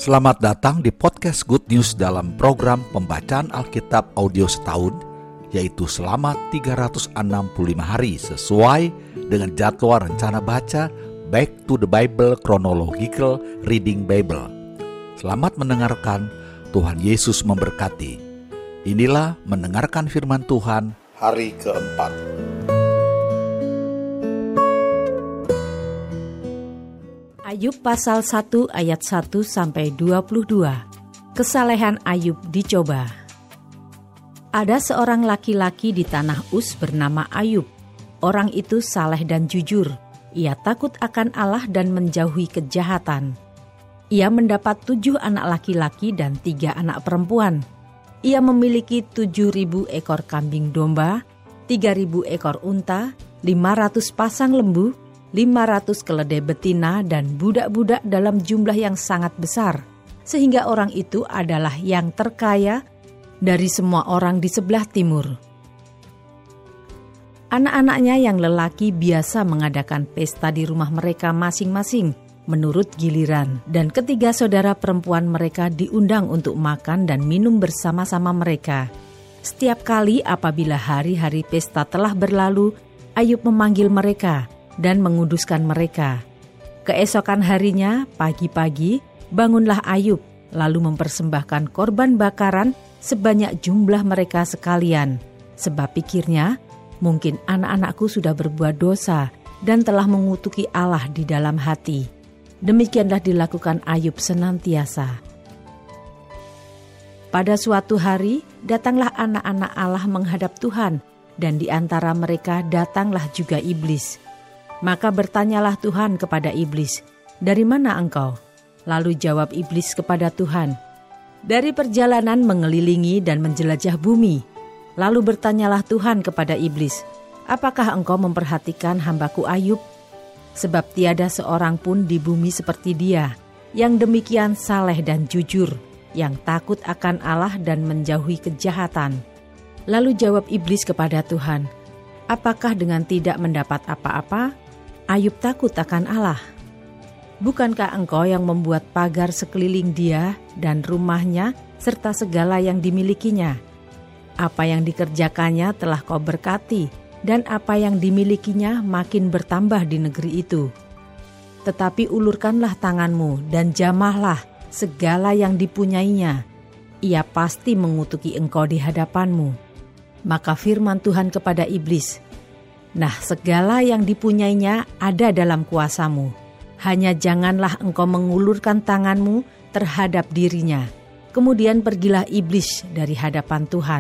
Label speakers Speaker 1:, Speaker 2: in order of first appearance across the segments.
Speaker 1: Selamat datang di podcast Good News dalam program pembacaan Alkitab audio setahun, yaitu selama 365 hari sesuai dengan jadwal rencana baca Back to the Bible Chronological Reading Bible. Selamat mendengarkan, Tuhan Yesus memberkati. Inilah mendengarkan firman Tuhan hari keempat.
Speaker 2: Ayub pasal 1 ayat 1 sampai 22. Kesalehan Ayub dicoba. Ada seorang laki-laki di tanah Uz bernama Ayub. Orang itu saleh dan jujur. Ia takut akan Allah dan menjauhi kejahatan. Ia mendapat 7 anak laki-laki dan 3 anak perempuan. Ia memiliki 7.000 ekor kambing domba, 3.000 ekor unta, 500 pasang lembu, 500 keledai betina dan budak-budak dalam jumlah yang sangat besar, sehingga orang itu adalah yang terkaya dari semua orang di sebelah timur. Anak-anaknya yang lelaki biasa mengadakan pesta di rumah mereka masing-masing menurut giliran, dan ketiga saudara perempuan mereka diundang untuk makan dan minum bersama-sama mereka. Setiap kali apabila hari-hari pesta telah berlalu, Ayub memanggil mereka dan menguduskan mereka. Keesokan harinya, pagi-pagi, bangunlah Ayub, lalu mempersembahkan korban bakaran sebanyak jumlah mereka sekalian. Sebab pikirnya, mungkin anak-anakku sudah berbuat dosa dan telah mengutuki Allah di dalam hati. Demikianlah dilakukan Ayub senantiasa. Pada suatu hari, datanglah anak-anak Allah menghadap Tuhan, dan di antara mereka datanglah juga iblis. Maka bertanyalah Tuhan kepada iblis, "Dari mana engkau?" Lalu jawab iblis kepada Tuhan, "Dari perjalanan mengelilingi dan menjelajah bumi." Lalu bertanyalah Tuhan kepada iblis, "Apakah engkau memperhatikan hambaku Ayub? Sebab tiada seorang pun di bumi seperti dia, yang demikian saleh dan jujur, yang takut akan Allah dan menjauhi kejahatan." Lalu jawab iblis kepada Tuhan, "Apakah dengan tidak mendapat apa-apa, Ayub takut akan Allah? Bukankah engkau yang membuat pagar sekeliling dia dan rumahnya serta segala yang dimilikinya? Apa yang dikerjakannya telah kau berkati, dan apa yang dimilikinya makin bertambah di negeri itu. Tetapi ulurkanlah tanganmu dan jamahlah segala yang dipunyainya. Ia pasti mengutuki engkau di hadapanmu." Maka firman Tuhan kepada iblis, "Nah, segala yang dipunyainya ada dalam kuasamu. Hanya janganlah engkau mengulurkan tanganmu terhadap dirinya." Kemudian pergilah iblis dari hadapan Tuhan.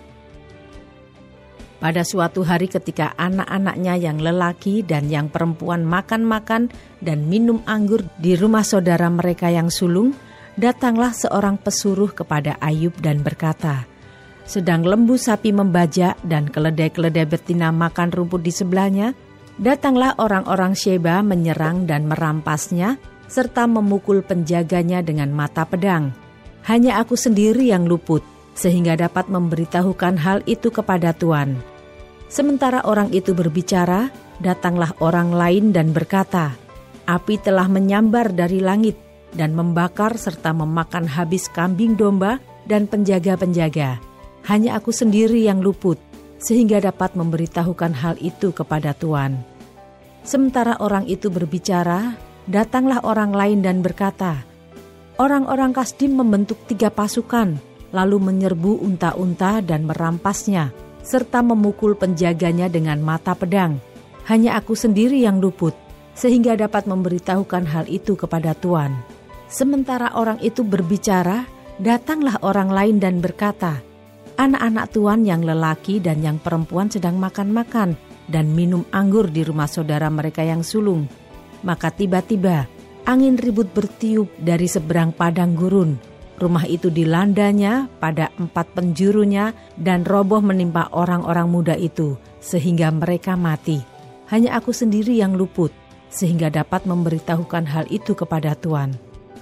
Speaker 2: Pada suatu hari ketika anak-anaknya yang lelaki dan yang perempuan makan-makan dan minum anggur di rumah saudara mereka yang sulung, datanglah seorang pesuruh kepada Ayub dan berkata, sedang lembu sapi membajak dan keledai-keledai betina makan rumput di sebelahnya, datanglah orang-orang Sheba menyerang dan merampasnya, serta memukul penjaganya dengan mata pedang. Hanya aku sendiri yang luput, sehingga dapat memberitahukan hal itu kepada Tuan. Sementara orang itu berbicara, datanglah orang lain dan berkata, "Api telah menyambar dari langit dan membakar serta memakan habis kambing domba dan penjaga-penjaga. Hanya aku sendiri yang luput, sehingga dapat memberitahukan hal itu kepada Tuan." Sementara orang itu berbicara, datanglah orang lain dan berkata, "Orang-orang Kasdim membentuk 3 pasukan, lalu menyerbu unta-unta dan merampasnya, serta memukul penjaganya dengan mata pedang. Hanya aku sendiri yang luput, sehingga dapat memberitahukan hal itu kepada Tuan." Sementara orang itu berbicara, datanglah orang lain dan berkata, "Anak-anak Tuan yang lelaki dan yang perempuan sedang makan-makan dan minum anggur di rumah saudara mereka yang sulung." Maka tiba-tiba angin ribut bertiup dari seberang padang gurun. Rumah itu dilandanya pada 4 penjurunya dan roboh menimpa orang-orang muda itu, sehingga mereka mati. Hanya aku sendiri yang luput, sehingga dapat memberitahukan hal itu kepada Tuan.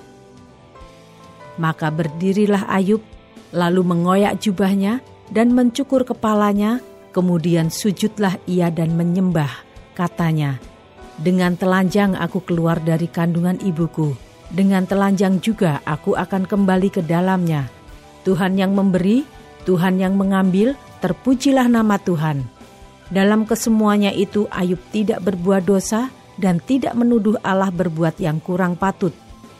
Speaker 2: Maka berdirilah Ayub, lalu mengoyak jubahnya dan mencukur kepalanya, kemudian sujudlah ia dan menyembah. Katanya, "Dengan telanjang aku keluar dari kandungan ibuku, dengan telanjang juga aku akan kembali ke dalamnya. Tuhan yang memberi, Tuhan yang mengambil, terpujilah nama Tuhan. Dalam kesemuanya itu Ayub tidak berbuat dosa dan tidak menuduh Allah berbuat yang kurang patut.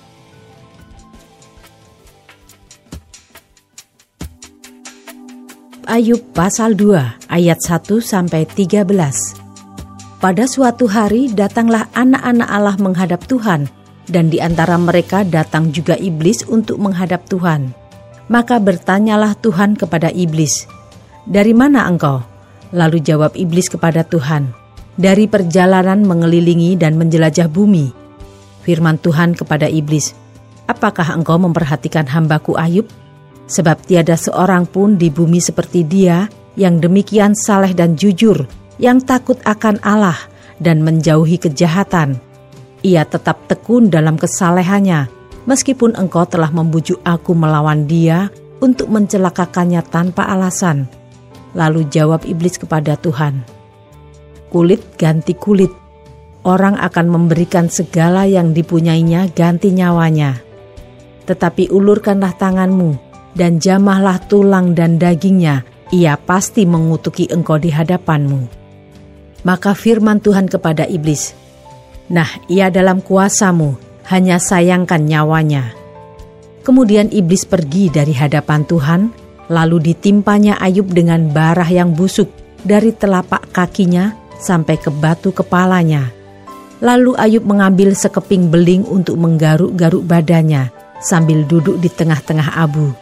Speaker 2: Ayub pasal 2 ayat 1-13. Pada suatu hari datanglah anak-anak Allah menghadap Tuhan, dan di antara mereka datang juga iblis untuk menghadap Tuhan. Maka bertanyalah Tuhan kepada iblis, "Dari mana engkau?" Lalu jawab iblis kepada Tuhan, "Dari perjalanan mengelilingi dan menjelajah bumi." Firman Tuhan kepada iblis, "Apakah engkau memperhatikan hambaku Ayub? Sebab tiada seorang pun di bumi seperti dia yang demikian saleh dan jujur, yang takut akan Allah dan menjauhi kejahatan. Ia tetap tekun dalam kesalehannya, meskipun engkau telah membujuk aku melawan dia untuk mencelakakannya tanpa alasan." Lalu jawab iblis kepada Tuhan, "Kulit ganti kulit. Orang akan memberikan segala yang dipunyainya ganti nyawanya. Tetapi ulurkanlah tanganmu dan jamahlah tulang dan dagingnya, ia pasti mengutuki engkau di hadapanmu." Maka firman Tuhan kepada iblis, "Nah, ia dalam kuasamu, hanya sayangkan nyawanya." Kemudian iblis pergi dari hadapan Tuhan, lalu ditimpanya Ayub dengan barah yang busuk dari telapak kakinya sampai ke batu kepalanya. Lalu Ayub mengambil sekeping beling untuk menggaruk-garuk badannya sambil duduk di tengah-tengah abu.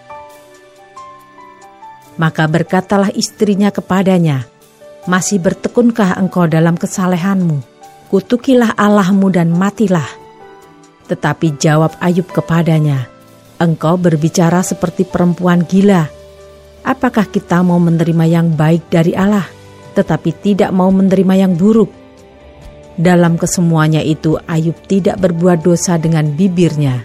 Speaker 2: Maka berkatalah istrinya kepadanya, "Masih bertekunkah engkau dalam kesalehanmu? Kutukilah Allahmu dan matilah." Tetapi jawab Ayub kepadanya, "Engkau berbicara seperti perempuan gila. Apakah kita mau menerima yang baik dari Allah, tetapi tidak mau menerima yang buruk?" Dalam kesemuanya itu Ayub tidak berbuat dosa dengan bibirnya.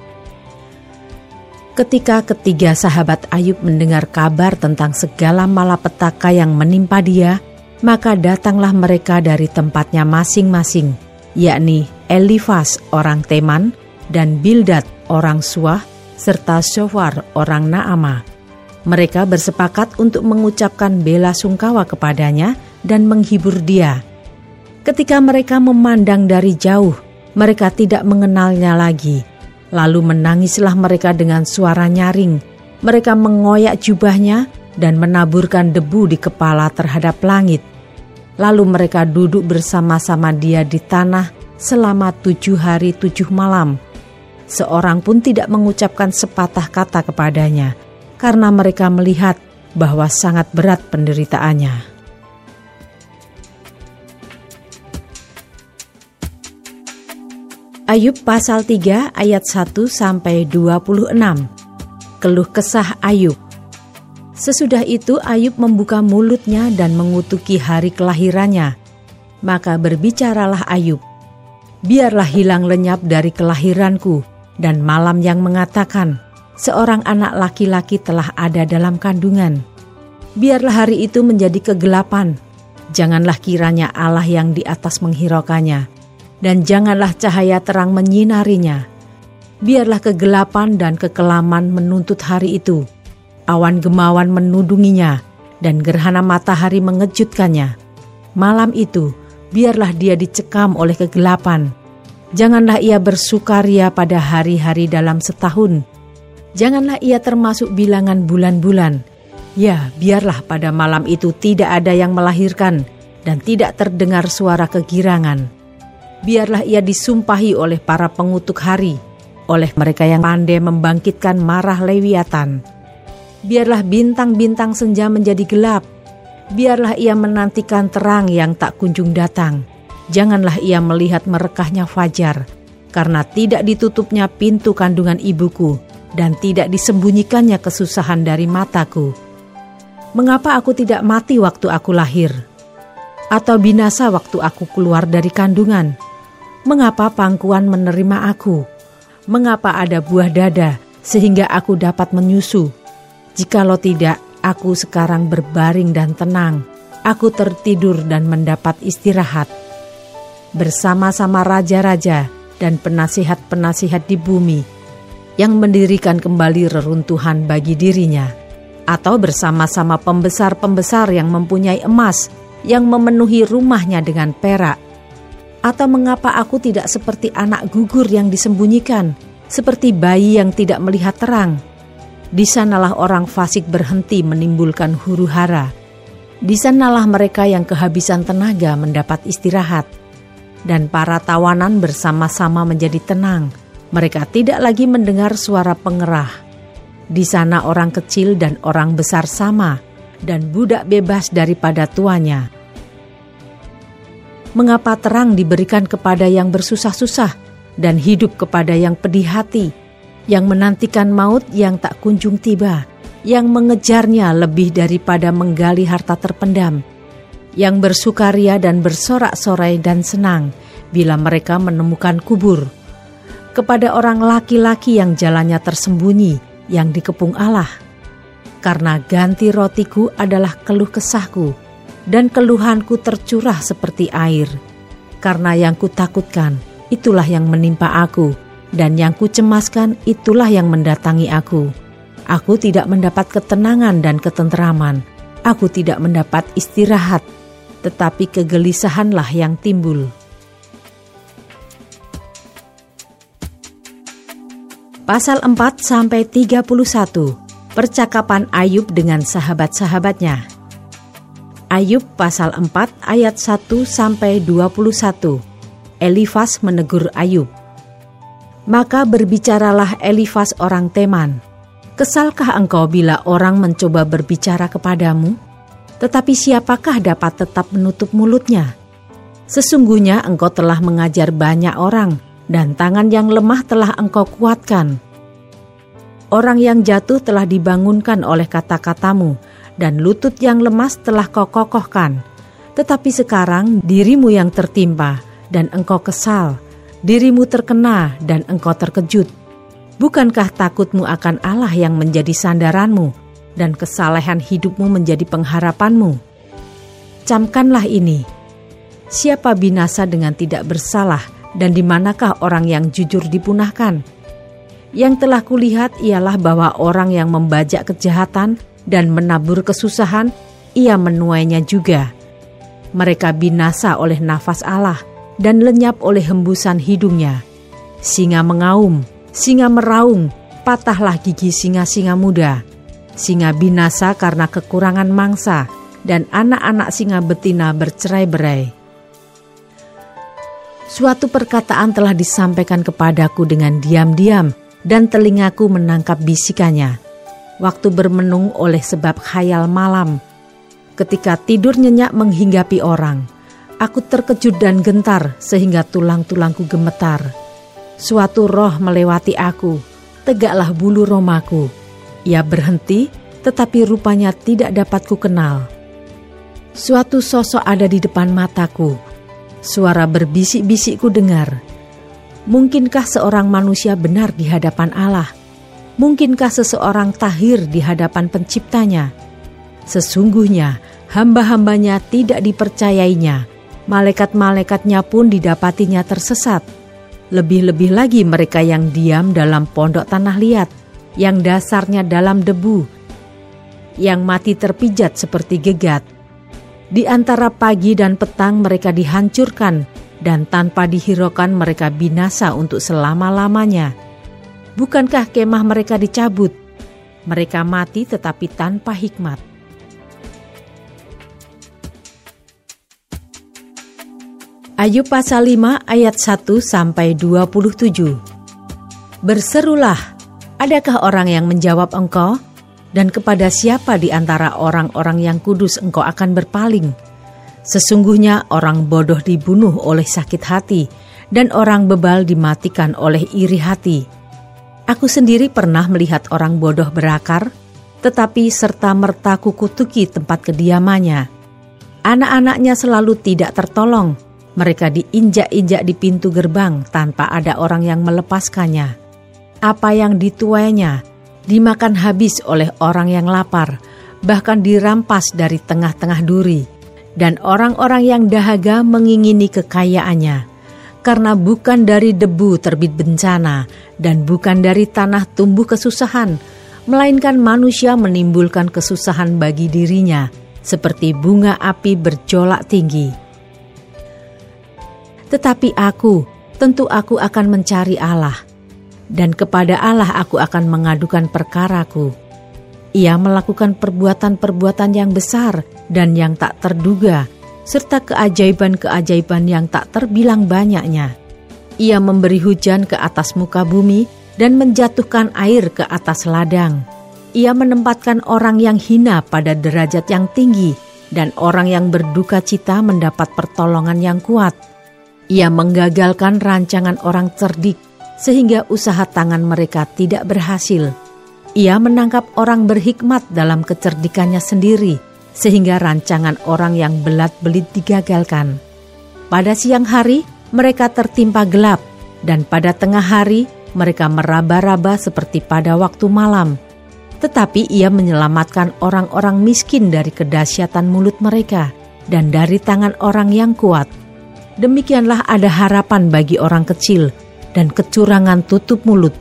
Speaker 2: Ketika ketiga sahabat Ayub mendengar kabar tentang segala malapetaka yang menimpa dia, maka datanglah mereka dari tempatnya masing-masing, yakni Elifas orang Teman dan Bildad orang Suah serta Sofar orang Naamah. Mereka bersepakat untuk mengucapkan bela sungkawa kepadanya dan menghibur dia. Ketika mereka memandang dari jauh, mereka tidak mengenalnya lagi. Lalu menangislah mereka dengan suara nyaring. Mereka mengoyak jubahnya dan menaburkan debu di kepala terhadap langit. Lalu mereka duduk bersama-sama dia di tanah selama 7 hari 7 malam. Seorang pun tidak mengucapkan sepatah kata kepadanya, karena mereka melihat bahwa sangat berat penderitaannya. Ayub pasal 3 ayat 1-26. Keluh kesah Ayub. Sesudah itu Ayub membuka mulutnya dan mengutuki hari kelahirannya. Maka berbicaralah Ayub, "Biarlah hilang lenyap dari kelahiranku," dan malam yang mengatakan, "Seorang anak laki-laki telah ada dalam kandungan." Biarlah hari itu menjadi kegelapan. Janganlah kiranya Allah yang di atas menghiraukannya, dan janganlah cahaya terang menyinarinya. Biarlah kegelapan dan kekelaman menuntut hari itu. Awan gemawan menudunginya, dan gerhana matahari mengejutkannya. Malam itu, biarlah dia dicekam oleh kegelapan. Janganlah ia bersukaria pada hari-hari dalam setahun. Janganlah ia termasuk bilangan bulan-bulan. Ya, biarlah pada malam itu tidak ada yang melahirkan, dan tidak terdengar suara kegirangan. Biarlah ia disumpahi oleh para pengutuk hari, oleh mereka yang pandai membangkitkan marah Lewiatan. Biarlah bintang-bintang senja menjadi gelap. Biarlah ia menantikan terang yang tak kunjung datang. Janganlah ia melihat merekahnya fajar, karena tidak ditutupnya pintu kandungan ibuku, dan tidak disembunyikannya kesusahan dari mataku. Mengapa aku tidak mati waktu aku lahir? Atau binasa waktu aku keluar dari kandungan? Mengapa pangkuan menerima aku? Mengapa ada buah dada sehingga aku dapat menyusu? Jikalau tidak, aku sekarang berbaring dan tenang. Aku tertidur dan mendapat istirahat. Bersama-sama raja-raja dan penasihat-penasihat di bumi yang mendirikan kembali reruntuhan bagi dirinya, atau bersama-sama pembesar-pembesar yang mempunyai emas yang memenuhi rumahnya dengan perak? Atau mengapa aku tidak seperti anak gugur yang disembunyikan, seperti bayi yang tidak melihat terang? Di sanalah orang fasik berhenti menimbulkan huru-hara. Di sanalah mereka yang kehabisan tenaga mendapat istirahat. Dan para tawanan bersama-sama menjadi tenang. Mereka tidak lagi mendengar suara pengerah. Di sana orang kecil dan orang besar sama, dan budak bebas daripada tuannya. Mengapa terang diberikan kepada yang bersusah-susah, dan hidup kepada yang pedih hati, yang menantikan maut yang tak kunjung tiba, yang mengejarnya lebih daripada menggali harta terpendam, yang bersukaria dan bersorak-sorai dan senang bila mereka menemukan kubur, kepada orang laki-laki yang jalannya tersembunyi, yang dikepung Allah. Karena ganti rotiku adalah keluh kesahku, dan keluhanku tercurah seperti air. Karena yang kutakutkan, itulah yang menimpa aku, dan yang kucemaskan, itulah yang mendatangi aku. Aku tidak mendapat ketenangan dan ketenteraman. Aku tidak mendapat istirahat, tetapi kegelisahanlah yang timbul. Pasal 4-31, percakapan Ayub dengan sahabat-sahabatnya. Ayub pasal 4 ayat 1-21. Elifas menegur Ayub. Maka berbicaralah Elifas orang Teman. Kesalkah engkau bila orang mencoba berbicara kepadamu? Tetapi siapakah dapat tetap menutup mulutnya? Sesungguhnya engkau telah mengajar banyak orang, dan tangan yang lemah telah engkau kuatkan. Orang yang jatuh telah dibangunkan oleh kata-katamu, dan lutut yang lemas telah kau kokohkan. Tetapi sekarang dirimu yang tertimpa, dan engkau kesal, dirimu terkena, dan engkau terkejut. Bukankah takutmu akan Allah yang menjadi sandaranmu, dan kesalehan hidupmu menjadi pengharapanmu? Camkanlah ini. Siapa binasa dengan tidak bersalah, dan di manakah orang yang jujur dipunahkan? Yang telah kulihat ialah bahwa orang yang membajak kejahatan dan menabur kesusahan, ia menuainya juga. Mereka binasa oleh nafas Allah dan lenyap oleh hembusan hidungnya. Singa mengaum, singa meraung, patahlah gigi singa-singa muda. Singa binasa karena kekurangan mangsa, dan anak-anak singa betina bercerai-berai. Suatu perkataan telah disampaikan kepadaku dengan diam-diam, dan telingaku menangkap bisikannya. Waktu bermenung oleh sebab khayal malam, ketika tidur nyenyak menghinggapi orang, aku terkejut dan gentar sehingga tulang-tulangku gemetar. Suatu roh melewati aku, tegaklah bulu romaku. Ia berhenti, tetapi rupanya tidak dapat ku kenal. Suatu sosok ada di depan mataku. Suara berbisik-bisik ku dengar. Mungkinkah seorang manusia benar di hadapan Allah? Mungkinkah seseorang tahir di hadapan penciptanya? Sesungguhnya hamba-hambanya tidak dipercayainya. Malaikat-malaikatnya pun didapatinya tersesat. Lebih-lebih lagi mereka yang diam dalam pondok tanah liat, yang dasarnya dalam debu, yang mati terpijat seperti gegat. Di antara pagi dan petang mereka dihancurkan, dan tanpa dihiraukan mereka binasa untuk selama-lamanya. Bukankah kemah mereka dicabut? Mereka mati tetapi tanpa hikmat. Ayub pasal 5 ayat 1-27. Berserulah, adakah orang yang menjawab engkau? Dan kepada siapa di antara orang-orang yang kudus engkau akan berpaling? Sesungguhnya orang bodoh dibunuh oleh sakit hati, dan orang bebal dimatikan oleh iri hati. Aku sendiri pernah melihat orang bodoh berakar, tetapi serta-merta kukutuki tempat kediamannya. Anak-anaknya selalu tidak tertolong, mereka diinjak-injak di pintu gerbang tanpa ada orang yang melepaskannya. Apa yang dituainya dimakan habis oleh orang yang lapar, bahkan dirampas dari tengah-tengah duri, dan orang-orang yang dahaga mengingini kekayaannya. Karena bukan dari debu terbit bencana, dan bukan dari tanah tumbuh kesusahan, melainkan manusia menimbulkan kesusahan bagi dirinya, seperti bunga api berjolak tinggi. Tetapi tentu aku akan mencari Allah, dan kepada Allah aku akan mengadukan perkaraku. Ia melakukan perbuatan-perbuatan yang besar dan yang tak terduga, serta keajaiban-keajaiban yang tak terbilang banyaknya. Ia memberi hujan ke atas muka bumi dan menjatuhkan air ke atas ladang. Ia menempatkan orang yang hina pada derajat yang tinggi, dan orang yang berduka cita mendapat pertolongan yang kuat. Ia menggagalkan rancangan orang cerdik, sehingga usaha tangan mereka tidak berhasil. Ia menangkap orang berhikmat dalam kecerdikannya sendiri, sehingga rancangan orang yang belat-belit digagalkan. Pada siang hari, mereka tertimpa gelap, dan pada tengah hari, mereka meraba-raba seperti pada waktu malam. Tetapi ia menyelamatkan orang-orang miskin dari kedahsyatan mulut mereka, dan dari tangan orang yang kuat. Demikianlah ada harapan bagi orang kecil, dan kecurangan tutup mulut.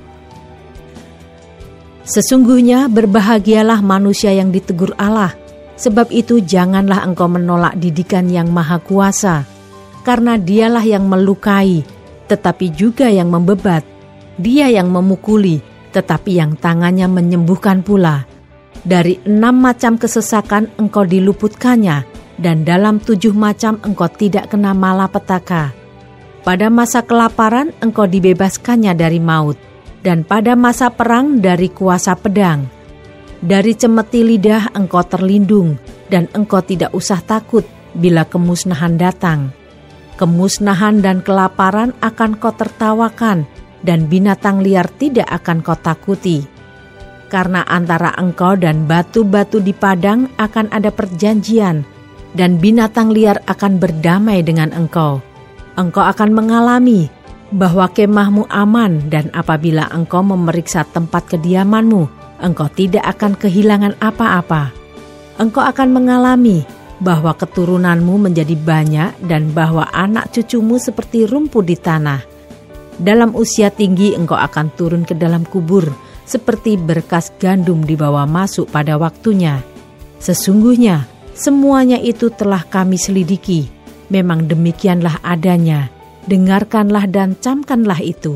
Speaker 2: Sesungguhnya berbahagialah manusia yang ditegur Allah, sebab itu janganlah engkau menolak didikan yang maha kuasa, karena dialah yang melukai, tetapi juga yang membebat. Dia yang memukuli, tetapi yang tangannya menyembuhkan pula. Dari 6 macam kesesakan engkau diluputkannya, dan dalam 7 macam engkau tidak kena malapetaka. Pada masa kelaparan engkau dibebaskannya dari maut, dan pada masa perang dari kuasa pedang. Dari cemeti lidah engkau terlindung, dan engkau tidak usah takut bila kemusnahan datang. Kemusnahan dan kelaparan akan kau tertawakan, dan binatang liar tidak akan kau takuti. Karena antara engkau dan batu-batu di padang akan ada perjanjian, dan binatang liar akan berdamai dengan engkau. Engkau akan mengalami bahwa kemahmu aman, dan apabila engkau memeriksa tempat kediamanmu, engkau tidak akan kehilangan apa-apa. Engkau akan mengalami bahwa keturunanmu menjadi banyak, dan bahwa anak cucumu seperti rumput di tanah. Dalam usia tinggi engkau akan turun ke dalam kubur, seperti berkas gandum dibawa masuk pada waktunya. Sesungguhnya semuanya itu telah kami selidiki, memang demikianlah adanya. Dengarkanlah dan camkanlah itu.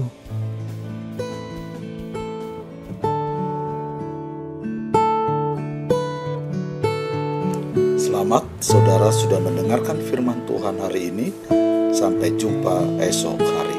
Speaker 1: Selamat saudara sudah mendengarkan firman Tuhan hari ini. Sampai jumpa esok hari.